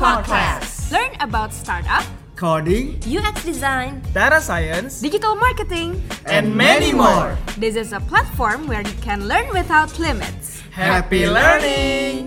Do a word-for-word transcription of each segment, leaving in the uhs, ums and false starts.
Podcast. Learn about startup, Coding, U X design, data science, digital marketing, and many more. This is a platform where you can learn without limits. Happy learning!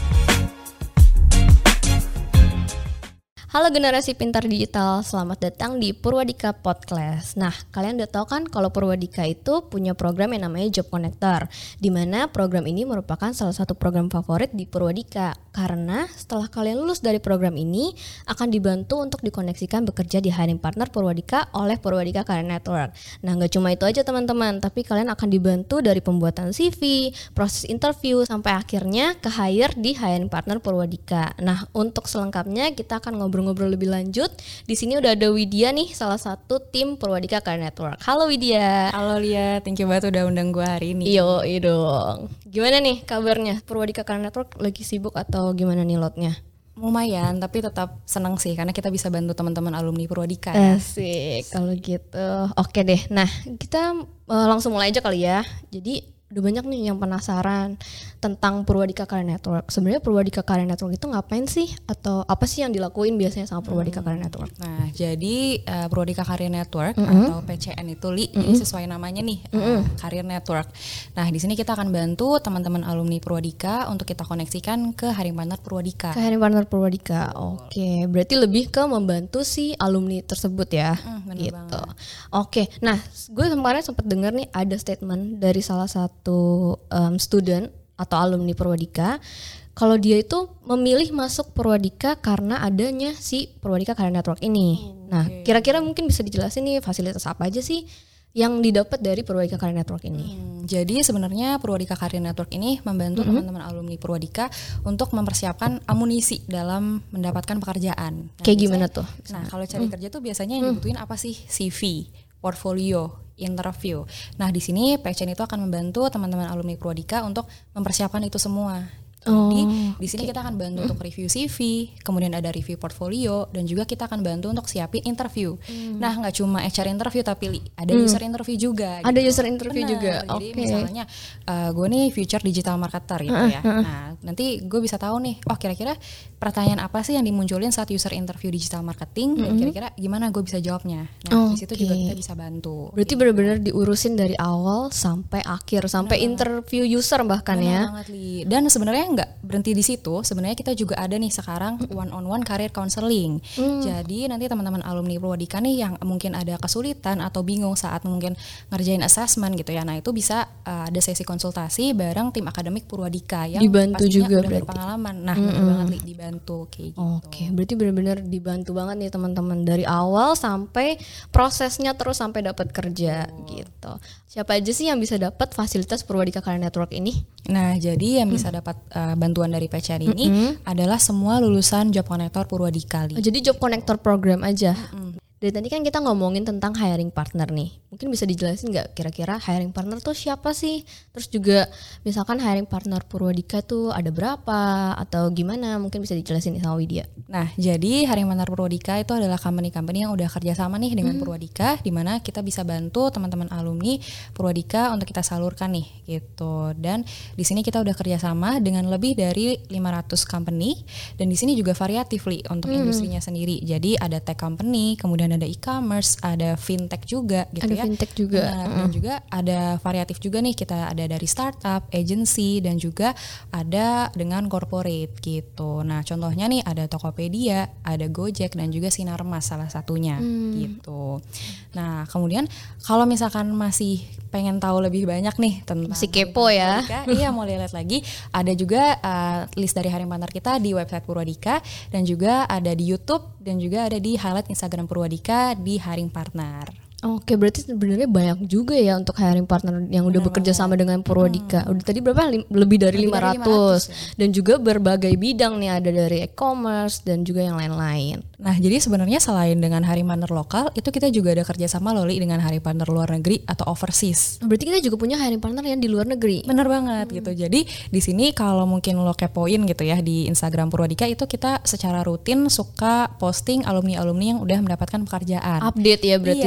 Halo generasi pintar digital, selamat datang di Purwadika Podcast. Nah, kalian udah tahu kan kalau Purwadika itu punya program yang namanya Job Connector, di mana program ini merupakan salah satu program favorit di Purwadika. Karena setelah kalian lulus dari program ini, akan dibantu untuk dikoneksikan bekerja di hiring partner Purwadika oleh Purwadika Career Network. Nah, nggak cuma itu aja teman-teman, tapi kalian akan dibantu dari pembuatan C V, proses interview, sampai akhirnya ke hire di hiring partner Purwadika. Nah, untuk selengkapnya kita akan ngobrol ngobrol lebih lanjut. Di sini udah ada Widya nih, salah satu tim Purwadika Career Network. Halo Widya. Halo Lia, thank you banget udah undang gue hari ini. Yo, iyo dong. Gimana nih kabarnya? Purwadika Career Network lagi sibuk atau gimana nih lotnya? Lumayan, tapi tetap senang sih karena kita bisa bantu teman-teman alumni Purwadika. Ya. Asik, kalau gitu. Oke deh. Nah, kita uh, langsung mulai aja kali ya. Jadi udah banyak nih yang penasaran tentang Purwadika Career Network. Sebenarnya Purwadika Career Network itu ngapain sih? Atau apa sih yang dilakuin biasanya sama Purwadika hmm. Career Network? Nah, jadi uh, Purwadika Career Network mm-hmm. atau P C N itu Li, mm-hmm. jadi sesuai namanya nih, mm-hmm. uh, Career Network. Nah, di sini kita akan bantu teman-teman alumni Purwadika untuk kita koneksikan ke hiring partner Purwadika. Ke hiring partner Purwadika. Oke, okay. Berarti lebih ke membantu si alumni tersebut ya. Mm, bener gitu. banget. Oke. Okay. Nah, gue kemarin sempat dengar nih ada statement dari salah satu um, student atau alumni Purwadika, kalau dia itu memilih masuk Purwadika karena adanya si Purwadika Career Network ini. Oh, nah, okay. Kira-kira mungkin bisa dijelasin nih fasilitas apa aja sih yang didapat dari Purwadika Career Network ini? Hmm, jadi sebenarnya Purwadika Career Network ini membantu mm-hmm. teman-teman alumni Purwadika untuk mempersiapkan amunisi dalam mendapatkan pekerjaan. Nah, kayak biasanya, gimana tuh? Nah, kalau cari mm. kerja tuh biasanya yang dibutuhin apa sih? C V, portfolio, interview. Nah, di sini P C N itu akan membantu teman-teman alumni Purwadika untuk mempersiapkan itu semua. Jadi oh, di sini okay. kita akan bantu untuk review C V, kemudian ada review portfolio, dan juga kita akan bantu untuk siapin interview. Hmm. Nah, nggak cuma H R interview tapi ada hmm. user interview juga. Ada gitu. user interview Benar. juga. Jadi okay. misalnya uh, gue nih future digital marketer gitu uh, ya. Uh. Nah, nanti gue bisa tahu nih, oh kira-kira pertanyaan apa sih yang dimunculin saat user interview digital marketing, mm-hmm. dan kira-kira gimana gue bisa jawabnya. Nah, oh, di situ okay. juga kita bisa bantu. Berarti gitu. Benar-benar diurusin dari awal sampai akhir, sampai benar interview banget. User bahkan benar ya. Banget, Li. Dan sebenarnya nggak berhenti di situ. Itu sebenarnya kita juga ada nih sekarang one on one career counseling. Hmm. Jadi nanti teman-teman alumni Purwadika nih yang mungkin ada kesulitan atau bingung saat mungkin ngerjain assessment gitu ya. Nah, itu bisa uh, ada sesi konsultasi bareng tim akademik Purwadika yang dibantu pastinya juga udah berarti. Berpengalaman. Nah, hmm. benar banget Li, dibantu kayak gitu. Oke, okay. Berarti benar-benar dibantu banget nih teman-teman dari awal sampai prosesnya terus sampai dapat kerja oh. gitu. Siapa aja sih yang bisa dapat fasilitas Purwadika Career Network ini? Nah, jadi yang bisa dapat uh, bantuan dari P C N ini mm-hmm. adalah semua lulusan Job Connector Purwadika. Oh, jadi Job Connector program aja. Mm-hmm. Dari tadi kan kita ngomongin tentang hiring partner nih. Mungkin bisa dijelasin nggak kira-kira hiring partner tuh siapa sih? Terus juga misalkan hiring partner Purwadika tuh ada berapa atau gimana? Mungkin bisa dijelasin nih sama Widya. Nah, jadi hiring partner Purwadika itu adalah company-company yang udah kerjasama nih dengan hmm. Purwadika, di mana kita bisa bantu teman-teman alumni Purwadika untuk kita salurkan nih gitu. Dan di sini kita udah kerjasama dengan lebih dari lima ratus company, dan di sini juga variatif Li untuk hmm. industrinya sendiri. Jadi ada tech company, kemudian ada e-commerce, ada fintech juga gitu ada ya. Ada fintech juga. Nah, mm. Dan juga ada variatif juga nih, kita ada dari startup, agency, dan juga ada dengan corporate gitu. Nah, contohnya nih ada Tokopedia, ada Gojek, dan juga Sinarmas salah satunya mm. gitu. Nah, kemudian kalau misalkan masih pengen tahu lebih banyak nih tentang masih kepo ya. Iya, mau lihat lagi ada juga uh, list dari hiring partner kita di website Purwadika, dan juga ada di YouTube, dan juga ada di highlight Instagram Purwadika di hiring partner. Oke, berarti sebenarnya banyak juga ya untuk hiring partner yang udah bener bekerja banget. Sama dengan Purwadika. Hmm. Udah tadi berapa? Lim- lebih dari lebih lima ratus. Dari lima ratus ya. Dan juga berbagai bidang nih, ada dari e-commerce dan juga yang lain-lain. Nah, jadi sebenarnya selain dengan hiring partner lokal, itu kita juga ada kerjasama loh Li dengan hiring partner luar negeri atau overseas. Berarti kita juga punya hiring partner yang di luar negeri. Bener banget hmm. gitu. Jadi di sini kalau mungkin lo kepoin gitu ya di Instagram Purwadika, itu kita secara rutin suka posting alumni-alumni yang udah mendapatkan pekerjaan. Update ya berarti iya, setiap itu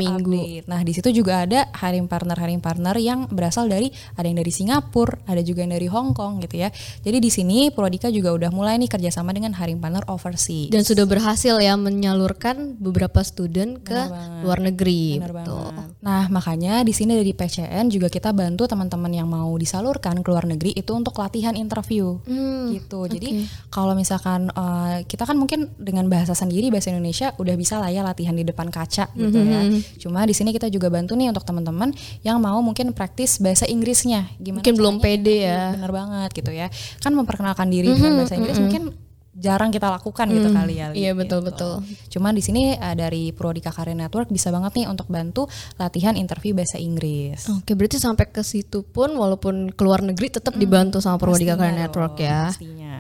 minggu. update. Nah di situ juga ada hiring partner hiring partner yang berasal dari ada yang dari Singapura, ada juga yang dari Hong Kong gitu ya. Jadi di sini Purwadika juga udah mulai nih kerjasama dengan hiring partner overseas. Dan sudah berhasil ya menyalurkan beberapa student ke Benar luar negeri. Benar Betul. banget. Nah makanya di sini dari P C N juga kita bantu teman-teman yang mau disalurkan ke luar negeri itu untuk latihan interview Hmm, gitu. Jadi kalau misalkan uh, kita kan mungkin dengan bahasa sendiri bahasa Indonesia udah bisa lah ya latihan di depan kaca gitu ya. Cuma di sini kita juga bantu nih untuk teman-teman yang mau mungkin praktis bahasa Inggrisnya. Gimana Mungkin belum caranya pede interview. ya. Bener banget gitu ya. Kan memperkenalkan diri dengan bahasa Inggris mungkin jarang kita lakukan gitu kali ya. Iya, gitu. betul-betul. Cuman di sini uh, dari Purwadika Career Network bisa banget nih untuk bantu latihan interview bahasa Inggris. Oke, berarti sampai ke situ pun walaupun keluar negeri tetap dibantu sama Purwadika Pastinya Career Network dong, ya. Pastinya.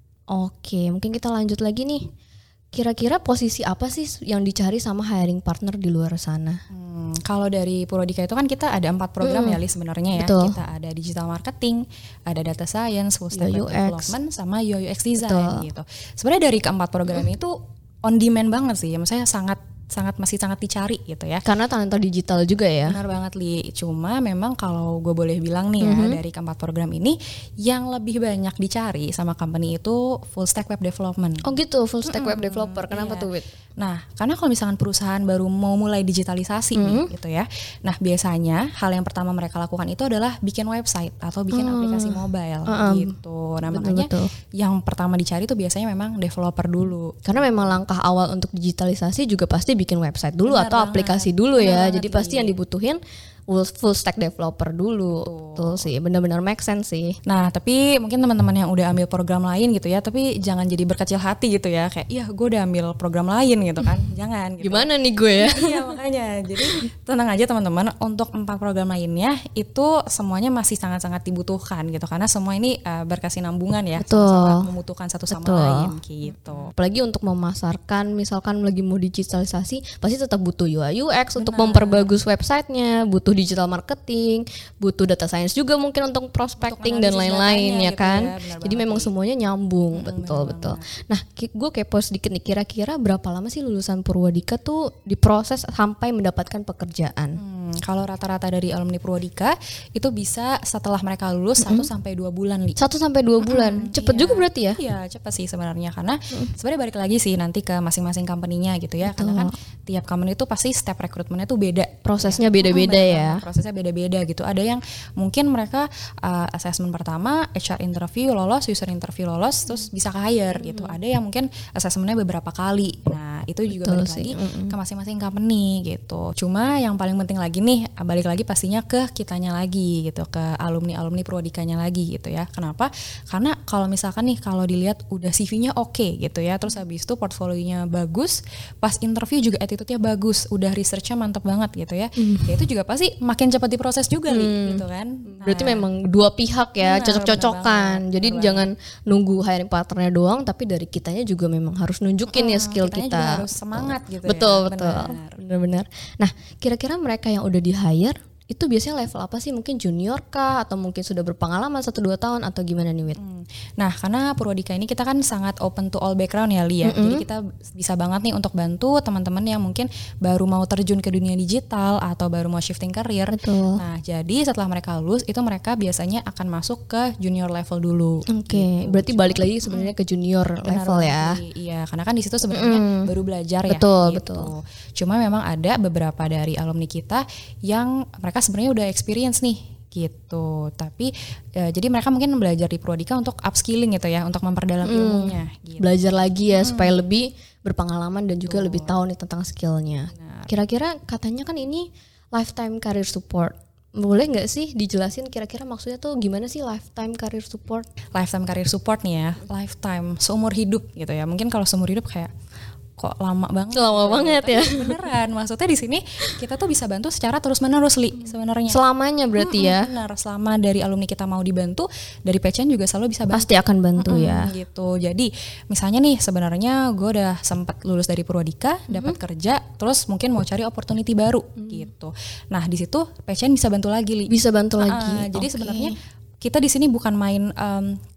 Oke, mungkin kita lanjut lagi nih. Kira-kira posisi apa sih yang dicari sama hiring partner di luar sana? Hmm, kalau dari Purwadika itu kan kita ada empat program ya Li sebenarnya ya. Betul. Kita ada digital marketing, ada data science, full stack U web X. development, sama U I U X design Betul. gitu. Sebenarnya dari keempat program itu on demand banget sih. Maksudnya sangat sangat masih sangat dicari gitu ya. Karena talenta digital juga ya. Benar banget Li. Cuma memang kalau gue boleh bilang nih ya dari keempat program ini yang lebih banyak dicari sama company itu full stack web development. Oh gitu, full stack web developer. Kenapa Iya. tuh, Wit? Nah, karena kalau misalkan perusahaan baru mau mulai digitalisasi nih, gitu ya. Nah, biasanya hal yang pertama mereka lakukan itu adalah bikin website atau bikin aplikasi mobile gitu. Nah, makanya betul. yang pertama dicari tuh biasanya memang developer dulu. Karena memang langkah awal untuk digitalisasi juga pasti bikin website dulu Benar atau banget. aplikasi dulu Benar ya. banget, Jadi pasti Li. yang dibutuhin full, full stack developer dulu. Betul sih, benar-benar make sense sih. Nah, tapi mungkin teman-teman yang udah ambil program lain gitu ya, tapi jangan jadi berkecil hati gitu ya. Kayak, iya gue udah ambil program lain gitu kan. Jangan gitu. Gimana nih gue ya? Iya makanya, jadi tenang aja teman-teman, untuk empat program lainnya itu semuanya masih sangat-sangat dibutuhkan gitu, karena semua ini uh, berkesinambungan ya, Betul. sama-sama membutuhkan satu sama Betul. lain gitu. Apalagi untuk memasarkan, misalkan lagi mau digitalisasi, pasti tetap butuh U I U X untuk memperbagus websitenya, butuh digital marketing, butuh data science juga mungkin untuk prospecting dan menganalisis lain-lain datanya ya gitu kan. ya, benar Jadi banget, memang Li. semuanya nyambung, betul betul. Nah, ki- gue kepo sedikit nih, kira-kira berapa lama sih lulusan Purwadika tuh diproses sampai mendapatkan pekerjaan? Hmm, kalau rata-rata dari alumni Purwadika itu bisa setelah mereka lulus satu sampai dua bulan Li. Satu sampai dua bulan, cepet Iya. juga berarti ya? Iya cepat sih sebenarnya, karena sebenarnya balik lagi sih nanti ke masing-masing company-nya gitu ya. Karena kan tiap company itu pasti step rekrutmennya tuh beda. Prosesnya beda-beda Hmm, benar ya. banget. Prosesnya beda-beda gitu. Ada yang mungkin mereka uh, assessment pertama, H R interview lolos, user interview lolos, terus bisa ke hire gitu. Ada yang mungkin assessmentnya beberapa kali. Nah itu juga Betul balik sih. lagi ke masing-masing company gitu. Cuma yang paling penting lagi nih, balik lagi pastinya ke kitanya lagi gitu, ke alumni-alumni Purwadikanya lagi gitu ya. Kenapa? Karena kalau misalkan nih kalau dilihat udah C V-nya oke gitu ya, terus habis itu portfolionya bagus, pas interview juga attitude-nya bagus, udah research-nya mantep banget gitu ya. Ya itu juga pasti makin cepat diproses juga Li, gitu kan. Berarti Nah, memang dua pihak ya, Benar, cocok-cocokan. benar banget, Jadi benar jangan nunggu hiring partnernya doang, tapi dari kitanya juga memang harus nunjukin ya skill kitanya kita. juga harus semangat gitu ya. Betul, betul. Benar. Benar-benar. Nah, kira-kira mereka yang udah di-hire itu biasanya level apa sih? Mungkin junior kah atau mungkin sudah berpengalaman satu dua tahun atau gimana nih, Wit? Hmm. Nah, karena Purwadika ini kita kan sangat open to all background ya, Lia. Jadi kita bisa banget nih untuk bantu teman-teman yang mungkin baru mau terjun ke dunia digital atau baru mau shifting career. Betul. Nah, jadi setelah mereka lulus itu mereka biasanya akan masuk ke junior level dulu. Oke, berarti balik lagi sebenarnya ke junior Benar level banget, ya. Li. Iya, karena kan di situ sebenarnya baru belajar ya. Betul, gitu. betul. Cuma memang ada beberapa dari alumni kita yang mereka sebenarnya udah experience nih gitu. Tapi e, jadi mereka mungkin belajar di Purwadika untuk upskilling gitu ya, untuk memperdalam ilmunya gitu. Belajar lagi ya supaya lebih berpengalaman dan juga lebih tahu nih tentang skillnya. Kira-kira katanya kan ini lifetime career support. Boleh nggak sih dijelasin kira-kira maksudnya tuh gimana sih lifetime career support? Lifetime career support nih ya, lifetime seumur hidup gitu ya. Mungkin kalau seumur hidup kayak kok lama banget. Lama banget ya. Tapi beneran, maksudnya di sini kita tuh bisa bantu secara terus-menerus Li sebenarnya. Selamanya berarti ya. Benar, selama dari alumni kita mau dibantu, dari P C N juga selalu bisa bantu. Pasti akan bantu ya. Hmm, gitu. Jadi misalnya nih sebenarnya gue udah sempat lulus dari Purwadika, dapat kerja, terus mungkin mau cari opportunity baru gitu. Nah di situ P C N bisa bantu lagi Li. Bisa bantu Ah, lagi. jadi Oke. sebenarnya kita di sini bukan main um,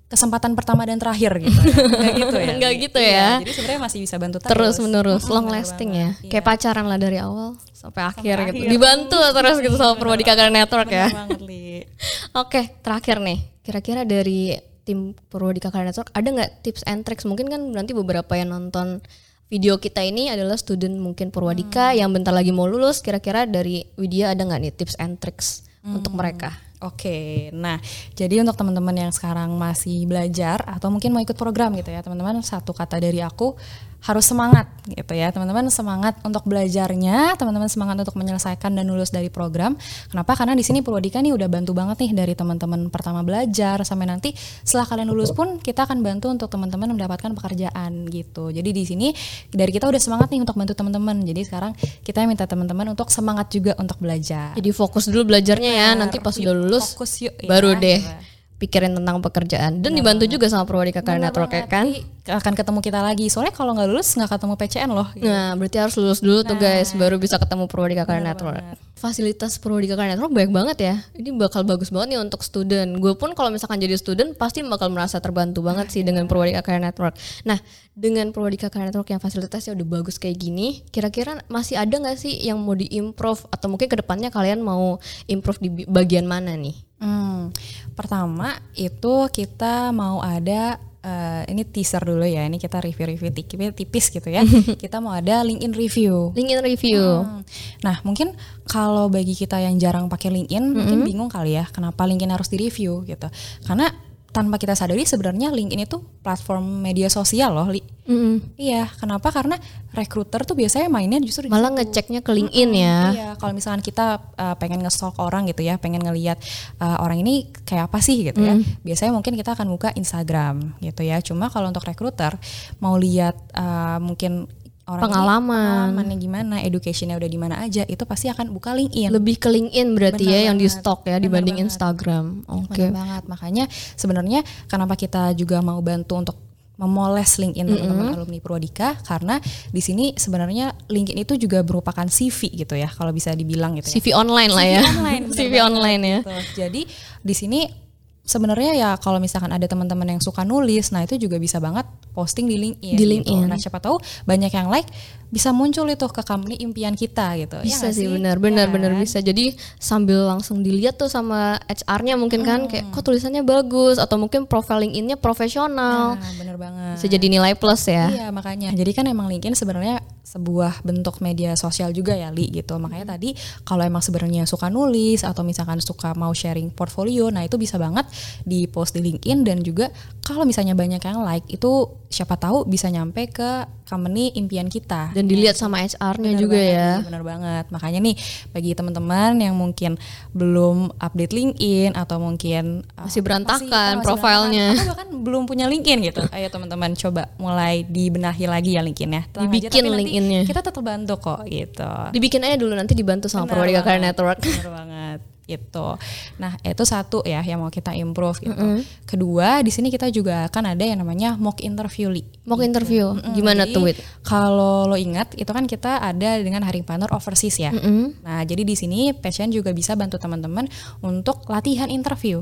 kesempatan pertama dan terakhir gitu. Enggak gitu ya. Enggak gitu Iya, ya. jadi sebenarnya masih bisa bantu terus. Terus menerus, Mm-mm, long bener lasting banget. ya. Iya. Kayak pacaran lah dari awal sampai akhir Sampai gitu. akhir. Dibantu terus gitu sama Purwadika Career Network ya. Bener banget, Li. Oke, terakhir nih. Kira-kira dari tim Purwadika Career Network ada nggak tips and tricks? Mungkin kan nanti beberapa yang nonton video kita ini adalah student mungkin Purwadika yang bentar lagi mau lulus. Kira-kira dari Widya ada nggak nih tips and tricks untuk mereka? Oke, nah jadi untuk teman-teman yang sekarang masih belajar atau mungkin mau ikut program gitu ya teman-teman, satu kata dari aku, harus semangat gitu ya teman-teman, semangat untuk belajarnya, teman-teman semangat untuk menyelesaikan dan lulus dari program. Kenapa? Karena di sini Purwadika nih udah bantu banget nih dari teman-teman pertama belajar sampai nanti setelah kalian lulus pun kita akan bantu untuk teman-teman mendapatkan pekerjaan gitu. Jadi di sini dari kita udah semangat nih untuk bantu teman-teman. Jadi sekarang kita minta teman-teman untuk semangat juga untuk belajar. Jadi fokus dulu belajarnya ya, nanti pas udah lulus Fokus yuk, baru ya. deh pikirin tentang pekerjaan dan dibantu juga sama Purwadika Career Bener Network ya banget. kan. Nanti akan ketemu kita lagi. Soalnya kalau nggak lulus nggak ketemu P C N loh. Gitu. Nah, berarti harus lulus dulu tuh guys, baru bisa ketemu Purwadika Career Bener Network. banget. Fasilitas Purwadika Career Network banyak banget ya. Ini bakal bagus banget nih untuk student. Gue pun kalau misalkan jadi student pasti bakal merasa terbantu banget sih dengan Purwadika Career Network. Nah, dengan Purwadika Career Network yang fasilitasnya udah bagus kayak gini, kira-kira masih ada nggak sih yang mau diimprove atau mungkin kedepannya kalian mau improve di bagian mana nih? Hmm, pertama itu kita mau ada uh, ini teaser dulu ya. Ini kita review-review tipis, tipis gitu ya. Kita mau ada LinkedIn review. LinkedIn review. Hmm. Nah, mungkin kalau bagi kita yang jarang pakai LinkedIn, mm-hmm. mungkin bingung kali ya, kenapa LinkedIn harus di-review gitu. Karena tanpa kita sadari sebenarnya LinkedIn itu platform media sosial loh, Li. Mm-hmm. Iya, kenapa? Karena recruiter tuh biasanya mainnya justru di Malah situ. ngeceknya ke LinkedIn ya. Iya, kalau misalkan kita uh, pengen nge-stalk orang gitu ya, pengen ngelihat uh, orang ini kayak apa sih gitu ya. Biasanya mungkin kita akan buka Instagram gitu ya. Cuma kalau untuk recruiter mau lihat uh, mungkin orang Pengalaman. ini pengalamannya gimana, educationnya udah di mana aja, itu pasti akan buka LinkedIn. Lebih ke LinkedIn berarti Bener ya yang di banget. stok ya Bener dibanding banget. Instagram. Oke. Benar banget. Makanya sebenarnya kenapa kita juga mau bantu untuk memoles LinkedIn teman-teman alumni Purwadika, karena di sini sebenarnya LinkedIn itu juga merupakan C V gitu ya, kalau bisa dibilang gitu C ya. V online lah ya. C V online, bener C V banget online ya. gitu. Jadi di sini sebenarnya ya kalau misalkan ada teman-teman yang suka nulis, nah itu juga bisa banget posting di LinkedIn. Di gitu. LinkedIn. Nah siapa tahu banyak yang like, bisa muncul itu ke company impian kita gitu. Bisa Ya nggak sih benar benar Ya benar kan? bisa. Jadi sambil langsung dilihat tuh sama H R-nya mungkin kan kayak kok tulisannya bagus atau mungkin profile LinkedIn-nya profesional. Nah, bener banget. Bisa jadi nilai plus ya. Iya makanya. Jadi kan emang LinkedIn sebenarnya sebuah bentuk media sosial juga ya Li gitu. Makanya tadi kalau emang sebenarnya suka nulis atau misalkan suka mau sharing portfolio, nah itu bisa banget di post di LinkedIn. Dan juga kalau misalnya banyak yang like, itu siapa tahu bisa nyampe ke company impian kita. Dan dilihat sama H R-nya Bener juga banget, ya. Li, bener banget. Makanya nih bagi teman-teman yang mungkin belum update LinkedIn atau mungkin uh, Masih berantakan masih- masih profilnya. berantakan, atau bahkan belum punya LinkedIn gitu. Ayo teman-teman coba mulai dibenahi lagi ya LinkedIn-nya. Tenang aja, Dibikin tapi nanti LinkedIn-nya. kita tetap bantu kok gitu. Dibikin aja dulu nanti dibantu sama Bener Purwadika Career banget, Network. Bener banget gitu. Nah, itu satu ya yang mau kita improve gitu. Kedua, di sini kita juga akan ada yang namanya mock interview, Li. Mock interview. Gimana Jadi, tuh, Wit? Kalau lo ingat, itu kan kita ada dengan Hiring Planner Overseas ya. Nah, jadi di sini Passion juga bisa bantu teman-teman untuk latihan interview.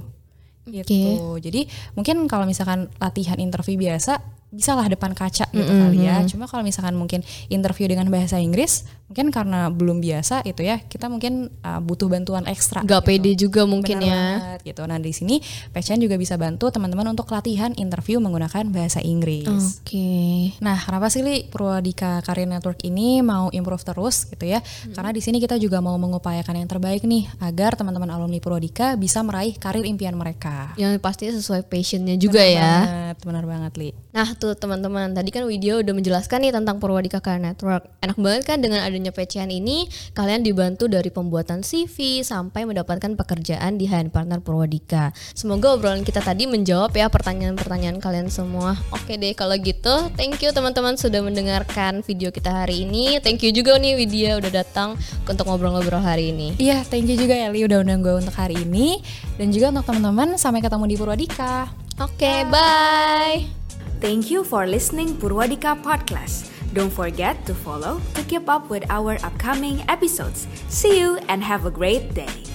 Gitu. Jadi mungkin kalau misalkan latihan interview biasa, bisalah depan kaca gitu kali ya. Cuma kalau misalkan mungkin interview dengan bahasa Inggris, mungkin karena belum biasa itu ya, kita mungkin uh, butuh bantuan ekstra. Gak gitu. pede juga mungkin Bener ya. banget, gitu. Nah di sini Passion juga bisa bantu teman-teman untuk latihan interview menggunakan bahasa Inggris. Oke. Nah, kenapa sih Li Purwadika Career Network ini mau improve terus gitu ya? Karena di sini kita juga mau mengupayakan yang terbaik nih agar teman-teman alumni Purwadika bisa meraih karir impian mereka. Yang pastinya sesuai passionnya juga Benar ya. Banget, benar banget Li. Nah tuh teman-teman, tadi kan Widya udah menjelaskan nih tentang Purwadika Career Network. Enak banget kan dengan adanya P C N ini, kalian dibantu dari pembuatan C V sampai mendapatkan pekerjaan di Hiring Partner Purwadika. Semoga obrolan kita tadi menjawab ya pertanyaan-pertanyaan kalian semua. Oke deh kalau gitu, thank you teman-teman sudah mendengarkan video kita hari ini. Thank you juga nih Widya udah datang untuk ngobrol-ngobrol hari ini. Iya, thank you juga ya Li udah undang gue untuk hari ini. Dan juga untuk teman-teman, sampai ketemu di Purwadika. Oke, bye. Thank you for listening Purwadika Podcast. Don't forget to follow to keep up with our upcoming episodes. See you and have a great day.